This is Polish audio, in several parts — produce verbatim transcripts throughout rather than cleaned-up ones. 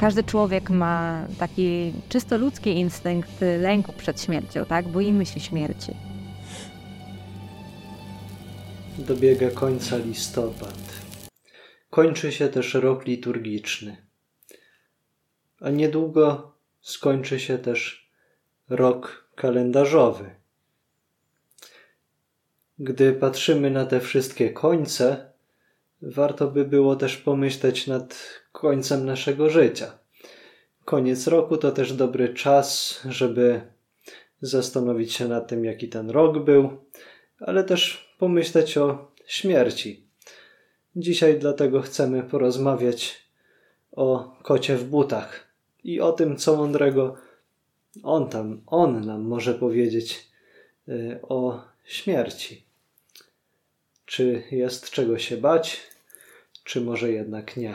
Każdy człowiek ma taki czysto ludzki instynkt lęku przed śmiercią, tak? Boimy się śmierci. Dobiega końca listopad. Kończy się też rok liturgiczny. A niedługo skończy się też rok kalendarzowy. Gdy patrzymy na te wszystkie końce, warto by było też pomyśleć nad końcem naszego życia. Koniec roku to też dobry czas, żeby zastanowić się nad tym, jaki ten rok był, ale też pomyśleć o śmierci. Dzisiaj dlatego chcemy porozmawiać o kocie w butach i o tym, co mądrego on tam, on nam może powiedzieć o śmierci. Czy jest czego się bać, czy może jednak nie?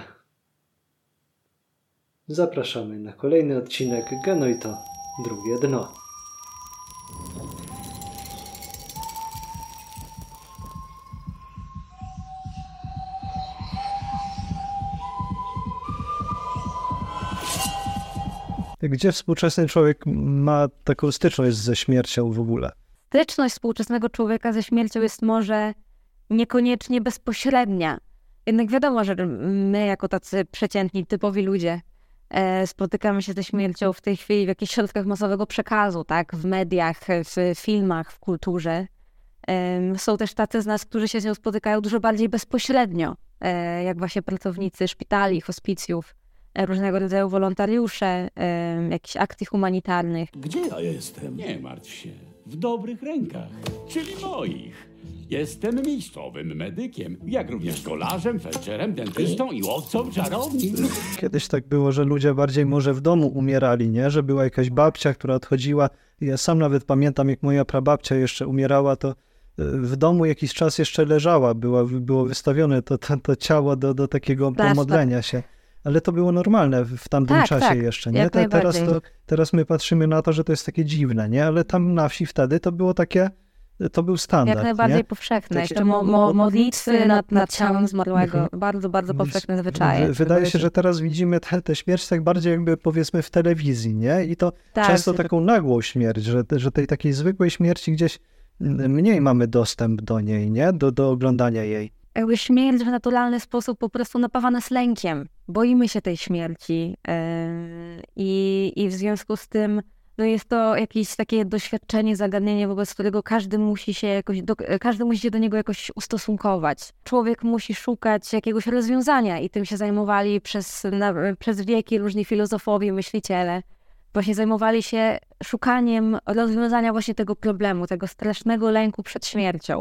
Zapraszamy na kolejny odcinek Genojto Drugie Dno. Gdzie współczesny człowiek ma taką styczność ze śmiercią w ogóle? Styczność współczesnego człowieka ze śmiercią jest może niekoniecznie bezpośrednia. Jednak wiadomo, że my jako tacy przeciętni, typowi ludzie e, spotykamy się ze śmiercią w tej chwili w jakichś środkach masowego przekazu, tak? W mediach, w filmach, w kulturze. E, są też tacy z nas, którzy się z nią spotykają dużo bardziej bezpośrednio, e, jak właśnie pracownicy szpitali, hospicjów, e, różnego rodzaju wolontariusze, e, jakichś akcji humanitarnych. Gdzie ja jestem? Nie martw się. W dobrych rękach, czyli moich. Jestem miejscowym medykiem, jak również kolarzem, felczerem, dentystą i łowcą czarownic. Kiedyś tak było, że ludzie bardziej może w domu umierali, nie? Że była jakaś babcia, która odchodziła. Ja sam nawet pamiętam, jak moja prababcia jeszcze umierała, to w domu jakiś czas jeszcze leżała, była, było wystawione to, to, to ciało do, do takiego Plaster. pomodlenia się. Ale to było normalne w tamtym Tak, czasie tak, jeszcze, nie? jak Te, teraz, najbardziej. to, teraz my patrzymy na to, że to jest takie dziwne, nie? Ale tam na wsi wtedy to było takie, to był standard, Jak najbardziej nie? powszechne. Takie- Jeszcze mo, mo, modlitwy nad, nad ciałem zmarłego. Bardzo, bardzo powszechne zwyczaje. W- Wydaje się, że teraz widzimy tę te śmierć tak bardziej jakby powiedzmy w telewizji, nie? I to Tak, często że- taką nagłą śmierć, że, że tej takiej zwykłej śmierci gdzieś mniej mamy dostęp do niej, nie? Do, do oglądania jej. Jakby śmierć w naturalny sposób po prostu napawa nas lękiem. Boimy się tej śmierci yy, i, i w związku z tym no jest to jakieś takie doświadczenie, zagadnienie, wobec którego każdy musi się jakoś, do, każdy musi się do niego jakoś ustosunkować. Człowiek musi szukać jakiegoś rozwiązania i tym się zajmowali przez, na, przez wieki różni filozofowie, myśliciele. Właśnie zajmowali się szukaniem rozwiązania właśnie tego problemu, tego strasznego lęku przed śmiercią.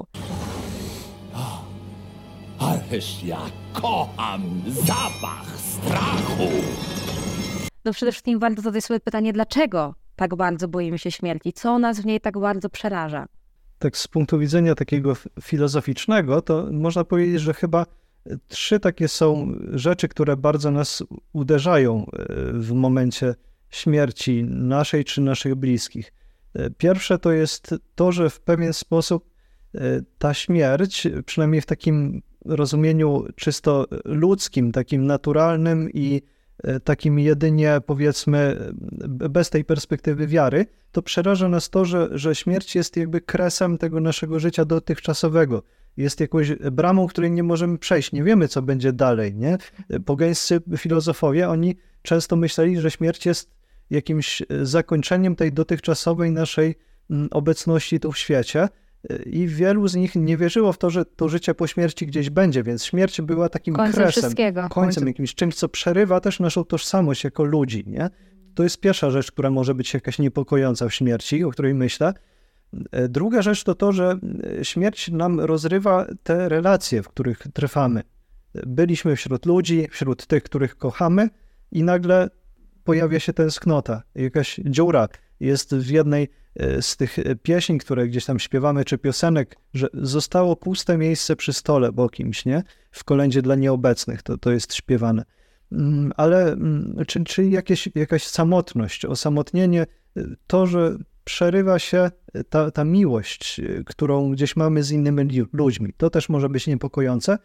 Ależ ja kocham zapach strachu. No przede wszystkim warto zadać sobie pytanie, dlaczego tak bardzo boimy się śmierci? Co nas w niej tak bardzo przeraża? Tak z punktu widzenia takiego f- filozoficznego, to można powiedzieć, że chyba trzy takie są rzeczy, które bardzo nas uderzają e, w momencie śmierci naszej czy naszych bliskich. E, Pierwsze to jest to, że w pewien sposób e, ta śmierć, przynajmniej w takim rozumieniu czysto ludzkim, takim naturalnym i e, takim jedynie powiedzmy b- bez tej perspektywy wiary, to przeraża nas to, że, że śmierć jest jakby kresem tego naszego życia dotychczasowego. Jest jakąś bramą, której nie możemy przejść. Nie wiemy, co będzie dalej, nie? Pogańscy filozofowie, oni często myśleli, że śmierć jest jakimś zakończeniem tej dotychczasowej naszej mm, obecności tu w świecie i wielu z nich nie wierzyło w to, że to życie po śmierci gdzieś będzie, więc śmierć była takim Końcem kresem, wszystkiego. końcem jakimś czymś, co przerywa też naszą tożsamość jako ludzi, nie? To jest pierwsza rzecz, która może być jakaś niepokojąca w śmierci, o której myślę. Druga rzecz to to, że śmierć nam rozrywa te relacje, w których trwamy. Byliśmy wśród ludzi, wśród tych, których kochamy i nagle pojawia się tęsknota, jakaś dziura. Jest w jednej z tych pieśni, które gdzieś tam śpiewamy, czy piosenek, że zostało puste miejsce przy stole po kimś, nie? W kolędzie dla nieobecnych to, to jest śpiewane. Ale czy, czy jakieś, jakaś samotność, osamotnienie, to, że przerywa się ta, ta miłość, którą gdzieś mamy z innymi ludźmi. To też może być niepokojące.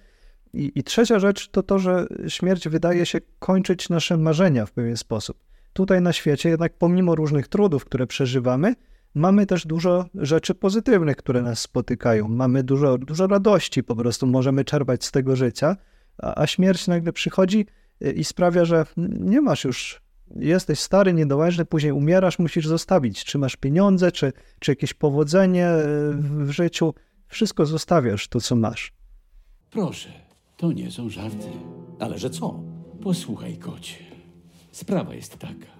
I, I trzecia rzecz to to, że śmierć wydaje się kończyć nasze marzenia w pewien sposób. Tutaj na świecie jednak pomimo różnych trudów, które przeżywamy, mamy też dużo rzeczy pozytywnych, które nas spotykają. Mamy dużo, dużo radości, po prostu możemy czerpać z tego życia, a, a śmierć nagle przychodzi i sprawia, że nie masz już, jesteś stary, niedołężny, później umierasz, musisz zostawić. Czy masz pieniądze, czy, czy jakieś powodzenie w, w życiu. Wszystko zostawiasz, to co masz. Proszę, to nie są żarty. Ale że co? Posłuchaj, kocie. Sprawa jest taka.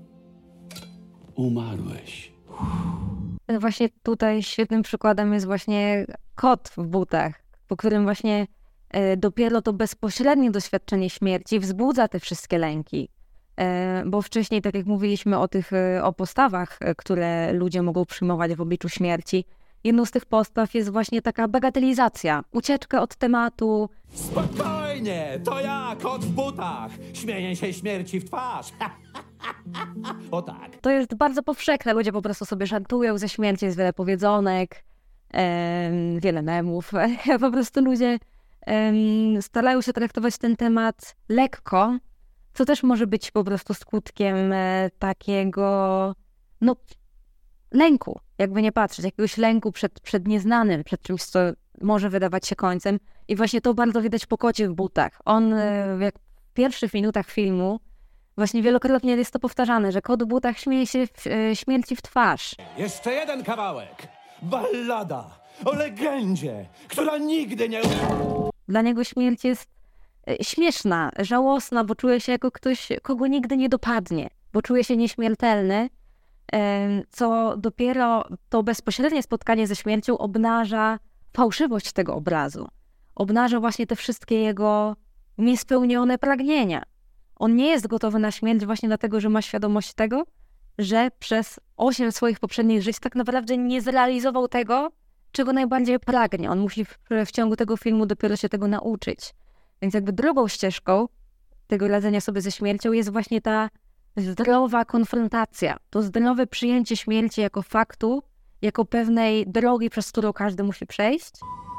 Umarłeś. Właśnie tutaj świetnym przykładem jest właśnie kot w butach, po którym właśnie e, dopiero to bezpośrednie doświadczenie śmierci wzbudza te wszystkie lęki. E, bo wcześniej, tak jak mówiliśmy o tych e, o postawach, e, które ludzie mogą przyjmować w obliczu śmierci, jedną z tych postaw jest właśnie taka bagatelizacja, ucieczka od tematu. Spokojnie, to ja, kot w butach. Śmieję się śmierci w twarz. O tak. To jest bardzo powszechne, ludzie po prostu sobie żartują ze śmierci, jest wiele powiedzonek, em, wiele memów. Po prostu ludzie em, starają się traktować ten temat lekko, co też może być po prostu skutkiem e, takiego, no, lęku, jakby nie patrzeć, jakiegoś lęku przed, przed nieznanym, przed czymś, co może wydawać się końcem. I właśnie to bardzo widać po kocie w butach. On e, jak w pierwszych minutach filmu właśnie wielokrotnie jest to powtarzane, że kot w butach śmieje się w, e, śmierci w twarz. Jeszcze jeden kawałek. Ballada o legendzie, która nigdy nie... Dla niego śmierć jest e, śmieszna, żałosna, bo czuje się jako ktoś, kogo nigdy nie dopadnie, bo czuje się nieśmiertelny, e, co dopiero to bezpośrednie spotkanie ze śmiercią obnaża fałszywość tego obrazu. Obnaża właśnie te wszystkie jego niespełnione pragnienia. On nie jest gotowy na śmierć właśnie dlatego, że ma świadomość tego, że przez osiem swoich poprzednich żyć tak naprawdę nie zrealizował tego, czego najbardziej pragnie. On musi w, w ciągu tego filmu dopiero się tego nauczyć. Więc jakby drugą ścieżką tego radzenia sobie ze śmiercią jest właśnie ta zdrowa konfrontacja. To zdrowe przyjęcie śmierci jako faktu, jako pewnej drogi, przez którą każdy musi przejść.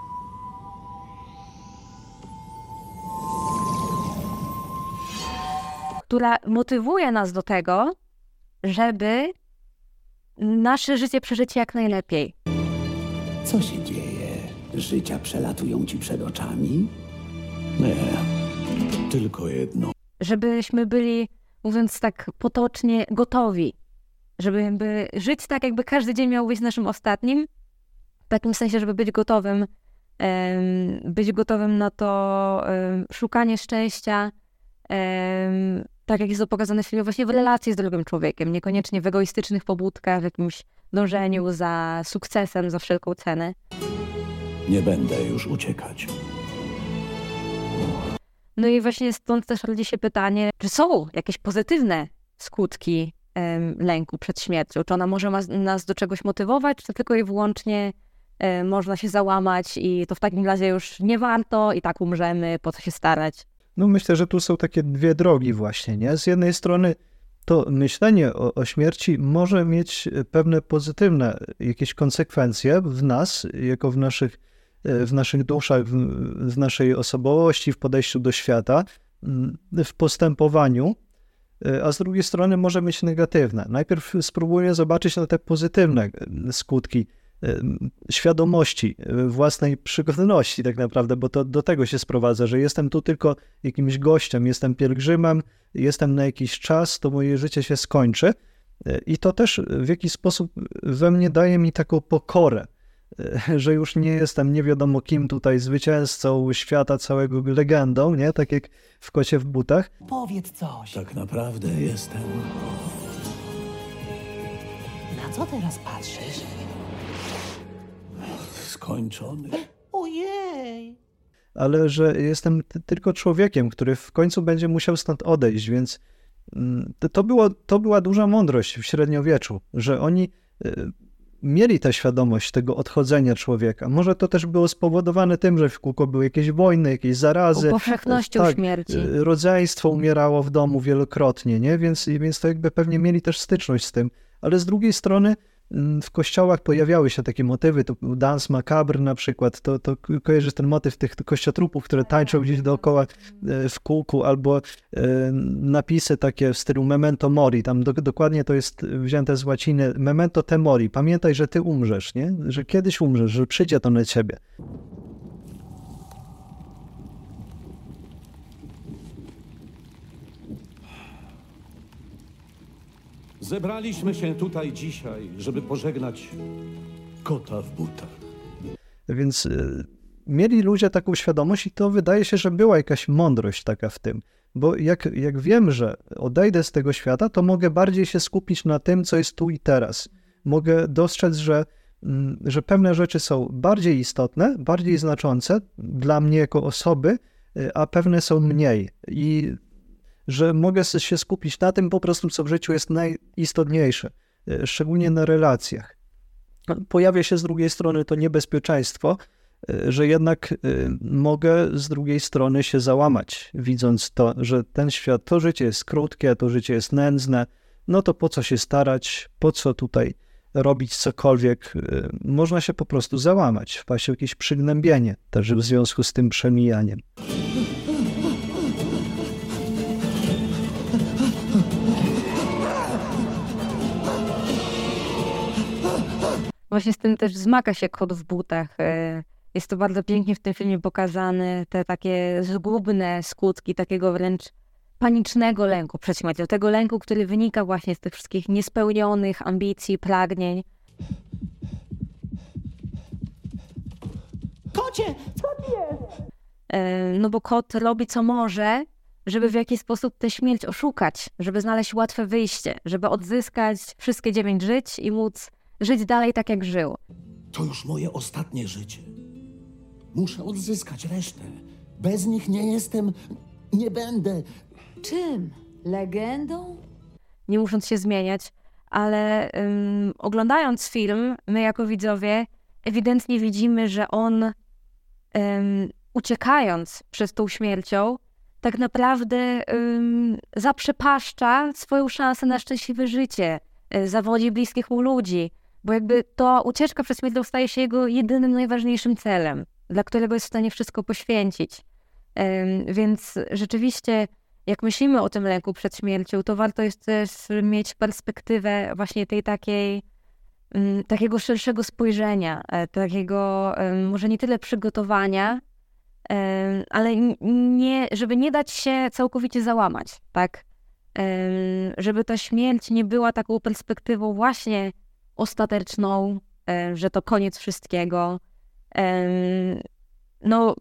Która motywuje nas do tego, żeby nasze życie przeżyć jak najlepiej. Co się dzieje? Życia przelatują ci przed oczami? Nie, tylko jedno. Żebyśmy byli, mówiąc tak potocznie, gotowi. Żeby żyć tak, jakby każdy dzień miał być naszym ostatnim. W takim sensie, żeby być gotowym, um, być gotowym na to um, szukanie szczęścia, um, tak jak jest to pokazane w filmie, właśnie w relacji z drugim człowiekiem, niekoniecznie w egoistycznych pobudkach, w jakimś dążeniu za sukcesem, za wszelką cenę. Nie będę już uciekać. No i właśnie stąd też rodzi się pytanie, czy są jakieś pozytywne skutki em, lęku przed śmiercią? Czy ona może ma, nas do czegoś motywować, czy tylko i wyłącznie em, można się załamać i to w takim razie już nie warto i tak umrzemy, po co się starać? No myślę, że tu są takie dwie drogi właśnie, nie? Z jednej strony to myślenie o, o śmierci może mieć pewne pozytywne jakieś konsekwencje w nas, jako w naszych, w naszych duszach, w, w naszej osobowości, w podejściu do świata, w postępowaniu, a z drugiej strony może mieć negatywne. Najpierw spróbuję zobaczyć na te pozytywne skutki świadomości własnej przygodności tak naprawdę, bo to do tego się sprowadza, że jestem tu tylko jakimś gościem, jestem pielgrzymem, jestem na jakiś czas, to moje życie się skończy i to też w jakiś sposób we mnie daje mi taką pokorę, że już nie jestem nie wiadomo kim tutaj, zwycięzcą świata całego, legendą, nie? Tak jak w kocie w butach. Powiedz coś. Tak naprawdę jestem. Na co teraz patrzysz? Skończony. Ojej. Ale że jestem t- tylko człowiekiem, który w końcu będzie musiał stąd odejść, więc to, to, było, to była duża mądrość w średniowieczu, że oni y, mieli tę świadomość tego odchodzenia człowieka. Może to też było spowodowane tym, że w kółko były jakieś wojny, jakieś zarazy. Powszechnością tak, śmierci. y, rodzeństwo umierało w domu wielokrotnie, nie? Więc, więc to jakby pewnie mieli też styczność z tym. Ale z drugiej strony w kościołach pojawiały się takie motywy, to był dans macabre na przykład, to, to kojarzysz ten motyw tych kościotrupów, które tańczą gdzieś dookoła w kółku, albo napisy takie w stylu memento mori, tam do, dokładnie to jest wzięte z łaciny, memento te mori, pamiętaj, że ty umrzesz, nie? Że kiedyś umrzesz, że przyjdzie to na ciebie. Zebraliśmy się tutaj dzisiaj, żeby pożegnać kota w butach. Więc y, mieli ludzie taką świadomość i to wydaje się, że była jakaś mądrość taka w tym. Bo jak, jak wiem, że odejdę z tego świata, to mogę bardziej się skupić na tym, co jest tu i teraz. Mogę dostrzec, że, y, że pewne rzeczy są bardziej istotne, bardziej znaczące dla mnie jako osoby, y, a pewne są mniej. I że mogę się skupić na tym po prostu, co w życiu jest najistotniejsze, szczególnie na relacjach. Pojawia się z drugiej strony to niebezpieczeństwo, że jednak mogę z drugiej strony się załamać, widząc to, że ten świat, to życie jest krótkie, to życie jest nędzne, no to po co się starać, po co tutaj robić cokolwiek, można się po prostu załamać, wpaść w jakieś przygnębienie też w związku z tym przemijaniem. Właśnie z tym też zmaga się kot w butach. Jest to bardzo pięknie w tym filmie pokazane, te takie zgubne skutki takiego wręcz panicznego lęku przed śmiercią. Tego lęku, który wynika właśnie z tych wszystkich niespełnionych ambicji, pragnień. Kocie, co ci jest? No bo kot robi co może, żeby w jakiś sposób tę śmierć oszukać, żeby znaleźć łatwe wyjście, żeby odzyskać wszystkie dziewięć żyć i móc żyć dalej tak, jak żył. To już moje ostatnie życie. Muszę odzyskać resztę. Bez nich nie jestem, nie będę. Czym? Legendą? Nie musząc się zmieniać, ale um, oglądając film, my jako widzowie ewidentnie widzimy, że on um, uciekając przed tą śmiercią, tak naprawdę um, zaprzepaszcza swoją szansę na szczęśliwe życie, zawodzi bliskich mu ludzi, bo jakby to ucieczka przed śmiercią staje się jego jedynym, najważniejszym celem, dla którego jest w stanie wszystko poświęcić. Um, więc rzeczywiście, jak myślimy o tym lęku przed śmiercią, to warto jest też mieć perspektywę właśnie tej takiej, um, takiego szerszego spojrzenia, takiego um, może nie tyle przygotowania, um, ale nie, żeby nie dać się całkowicie załamać, tak? Um, żeby ta śmierć nie była taką perspektywą właśnie ostateczną, um, że to koniec wszystkiego. Um, no,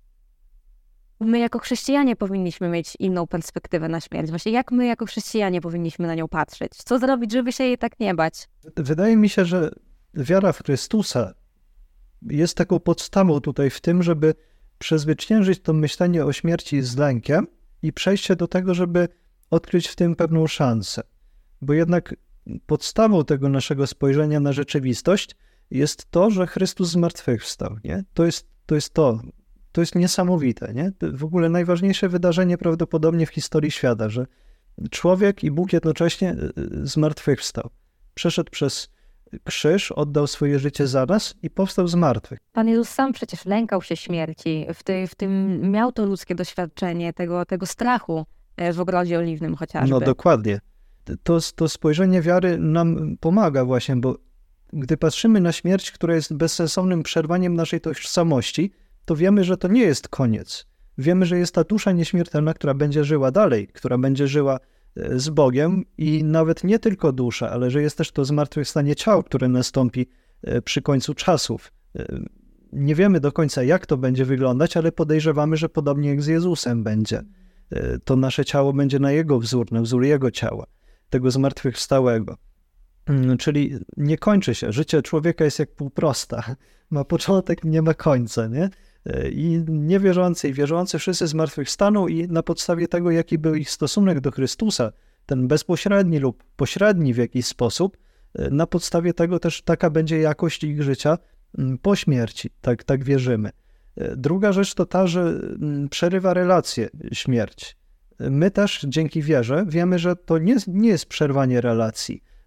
my jako chrześcijanie powinniśmy mieć inną perspektywę na śmierć. Właśnie jak my jako chrześcijanie powinniśmy na nią patrzeć? Co zrobić, żeby się jej tak nie bać? Wydaje mi się, że wiara w Chrystusa jest taką podstawą tutaj w tym, żeby przezwyciężyć to myślenie o śmierci z lękiem i przejście do tego, żeby odkryć w tym pewną szansę. Bo jednak podstawą tego naszego spojrzenia na rzeczywistość jest to, że Chrystus zmartwychwstał, nie? To jest to, jest to. To jest niesamowite, nie? W ogóle najważniejsze wydarzenie prawdopodobnie w historii świata, że człowiek i Bóg jednocześnie zmartwychwstał. Przeszedł przez krzyż, oddał swoje życie za nas i powstał z martwych. Pan Jezus sam przecież lękał się śmierci. W, tej, w tym miał to ludzkie doświadczenie tego, tego strachu w ogrodzie oliwnym chociażby. No dokładnie. To, to spojrzenie wiary nam pomaga właśnie, bo gdy patrzymy na śmierć, która jest bezsensownym przerwaniem naszej tożsamości, to wiemy, że to nie jest koniec. Wiemy, że jest ta dusza nieśmiertelna, która będzie żyła dalej, która będzie żyła z Bogiem i nawet nie tylko dusza, ale że jest też to zmartwychwstanie ciał, które nastąpi przy końcu czasów. Nie wiemy do końca, jak to będzie wyglądać, ale podejrzewamy, że podobnie jak z Jezusem będzie. To nasze ciało będzie na Jego wzór, na wzór Jego ciała, tego zmartwychwstałego. Czyli nie kończy się. Życie człowieka jest jak półprosta. Ma początek, nie ma końca, nie? I niewierzący i wierzący wszyscy zmartwychwstaną i na podstawie tego, jaki był ich stosunek do Chrystusa, ten bezpośredni lub pośredni w jakiś sposób, na podstawie tego też taka będzie jakość ich życia po śmierci. Tak, tak wierzymy. Druga rzecz to ta, że przerywa relacje śmierć. My też dzięki wierze wiemy, że to nie, nie jest przerwanie relacji,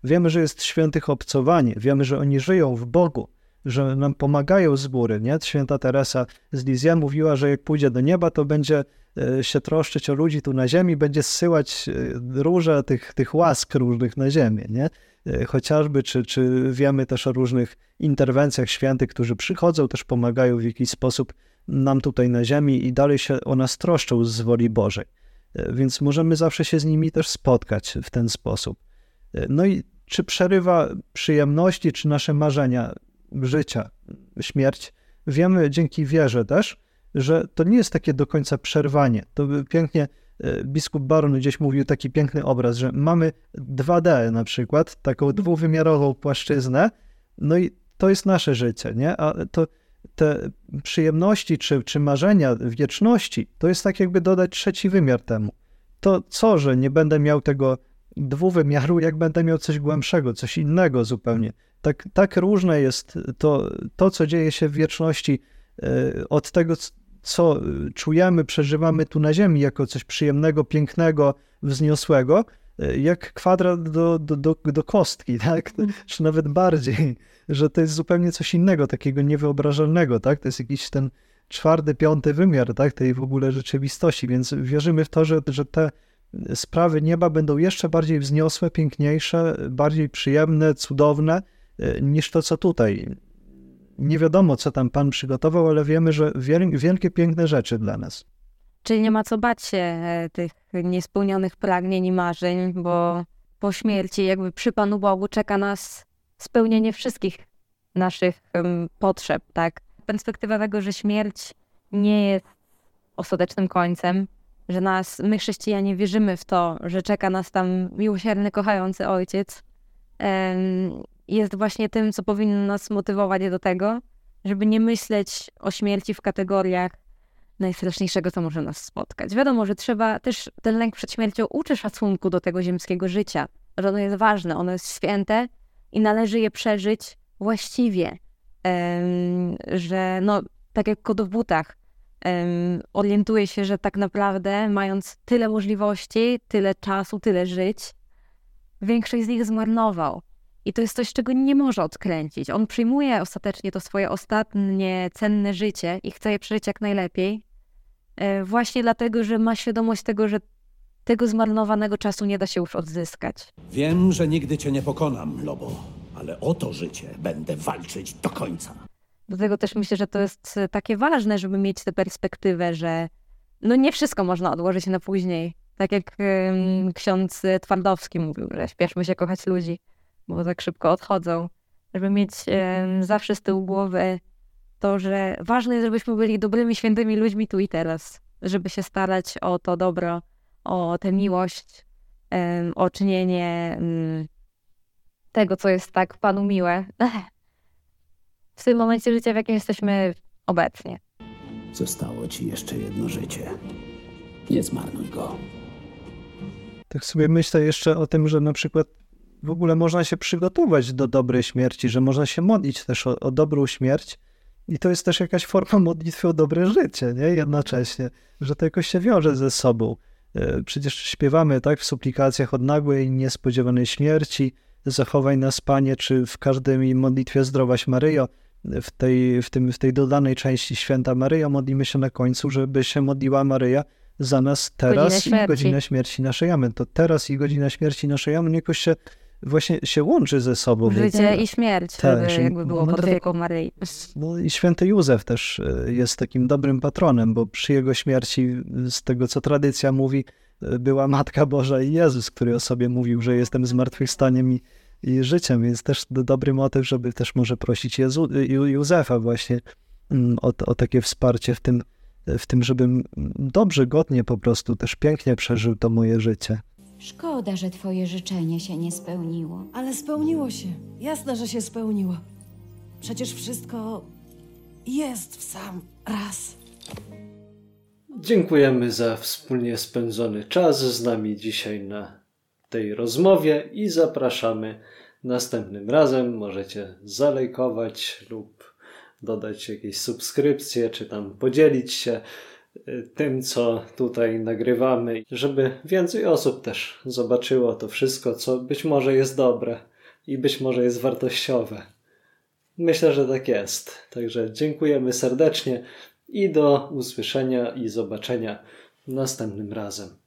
Wiemy, że jest świętych obcowanie, wiemy, że oni żyją w Bogu, że nam pomagają z góry, nie? Święta Teresa z Lisieux mówiła, że jak pójdzie do nieba, to będzie się troszczyć o ludzi tu na ziemi, będzie zsyłać róże tych, tych łask różnych na ziemię, nie? Chociażby, czy, czy wiemy też o różnych interwencjach świętych, którzy przychodzą, też pomagają w jakiś sposób nam tutaj na ziemi i dalej się o nas troszczą z woli Bożej. Więc możemy zawsze się z nimi też spotkać w ten sposób. No i czy przerywa przyjemności, czy nasze marzenia życia, śmierć? Wiemy dzięki wierze też, że to nie jest takie do końca przerwanie. To pięknie biskup Baron gdzieś mówił taki piękny obraz, że mamy dwa D na przykład, taką dwuwymiarową płaszczyznę, no i to jest nasze życie, nie? A to te przyjemności czy, czy marzenia wieczności, to jest tak jakby dodać trzeci wymiar temu. To co, że nie będę miał tego dwuwymiaru, jak będę miał coś głębszego, coś innego zupełnie. Tak, tak różne jest to, to, co dzieje się w wieczności od tego, co czujemy, przeżywamy tu na ziemi jako coś przyjemnego, pięknego, wzniosłego, jak kwadrat do, do, do, do kostki, tak? Czy nawet bardziej, że to jest zupełnie coś innego, takiego niewyobrażalnego, tak? To jest jakiś ten czwarty, piąty wymiar, tak? Tej w ogóle rzeczywistości, więc wierzymy w to, że, że te sprawy nieba będą jeszcze bardziej wzniosłe, piękniejsze, bardziej przyjemne, cudowne niż to, co tutaj. Nie wiadomo, co tam Pan przygotował, ale wiemy, że wielkie, piękne rzeczy dla nas. Czyli nie ma co bać się tych niespełnionych pragnień i marzeń, bo po śmierci jakby przy Panu Bogu czeka nas spełnienie wszystkich naszych um, potrzeb, tak? Perspektywa tego, że śmierć nie jest ostatecznym końcem, że nas, my chrześcijanie wierzymy w to, że czeka nas tam miłosierny, kochający Ojciec, um, jest właśnie tym, co powinno nas motywować do tego, żeby nie myśleć o śmierci w kategoriach najstraszniejszego, co może nas spotkać. Wiadomo, że trzeba też, ten lęk przed śmiercią uczy szacunku do tego ziemskiego życia, że ono jest ważne, ono jest święte i należy je przeżyć właściwie. Um, że no, tak jak kot w butach, um, orientuję się, że tak naprawdę mając tyle możliwości, tyle czasu, tyle żyć, większość z nich zmarnował. I to jest coś, czego nie może odkręcić. On przyjmuje ostatecznie to swoje ostatnie, cenne życie i chce je przeżyć jak najlepiej. Właśnie dlatego, że ma świadomość tego, że tego zmarnowanego czasu nie da się już odzyskać. Wiem, że nigdy cię nie pokonam, Lobo, ale o to życie będę walczyć do końca. Dlatego też myślę, że to jest takie ważne, żeby mieć tę perspektywę, że no nie wszystko można odłożyć na później. Tak jak um, ksiądz Twardowski mówił, że śpieszmy się kochać ludzi, bo tak szybko odchodzą. Żeby mieć um, zawsze z tyłu głowy to, że ważne jest, żebyśmy byli dobrymi, świętymi ludźmi tu i teraz. Żeby się starać o to dobro, o tę miłość, um, o czynienie um, tego, co jest tak Panu miłe. W tym momencie życia, w jakim jesteśmy obecnie. Zostało ci jeszcze jedno życie. Nie zmarnuj go. Tak sobie myślę jeszcze o tym, że na przykład w ogóle można się przygotować do dobrej śmierci, że można się modlić też o, o dobrą śmierć i to jest też jakaś forma modlitwy o dobre życie, nie? Jednocześnie, że to jakoś się wiąże ze sobą. Przecież śpiewamy tak w suplikacjach od nagłej, niespodziewanej śmierci, zachowaj nas, Panie, czy w każdej modlitwie Zdrowaś Maryjo, w tej, w tym, w tej dodanej części Święta Maryjo modlimy się na końcu, żeby się modliła Maryja za nas teraz i godzina śmierci naszej. Amen. To teraz i godzina śmierci naszej. Amen jakoś się właśnie się łączy ze sobą. Życie i śmierć, tak, żeby jakby było pod opieką Maryi. No i święty Józef też jest takim dobrym patronem, bo przy jego śmierci, z tego co tradycja mówi, była Matka Boża i Jezus, który o sobie mówił, że jestem zmartwychwstaniem i, i życiem, więc też dobry motyw, żeby też może prosić Jezu, Józefa właśnie o, o takie wsparcie w tym, w tym, żebym dobrze, godnie po prostu też pięknie przeżył to moje życie. Szkoda, że twoje życzenie się nie spełniło. Ale spełniło się. Jasne, że się spełniło. Przecież wszystko jest w sam raz. Dziękujemy za wspólnie spędzony czas z nami dzisiaj na tej rozmowie i zapraszamy następnym razem. Możecie zalajkować lub dodać jakieś subskrypcje, czy tam podzielić się tym, co tutaj nagrywamy, żeby więcej osób też zobaczyło to wszystko, co być może jest dobre. i być może jest wartościowe. Myślę, że tak jest. Także dziękujemy serdecznie i do usłyszenia i zobaczenia następnym razem.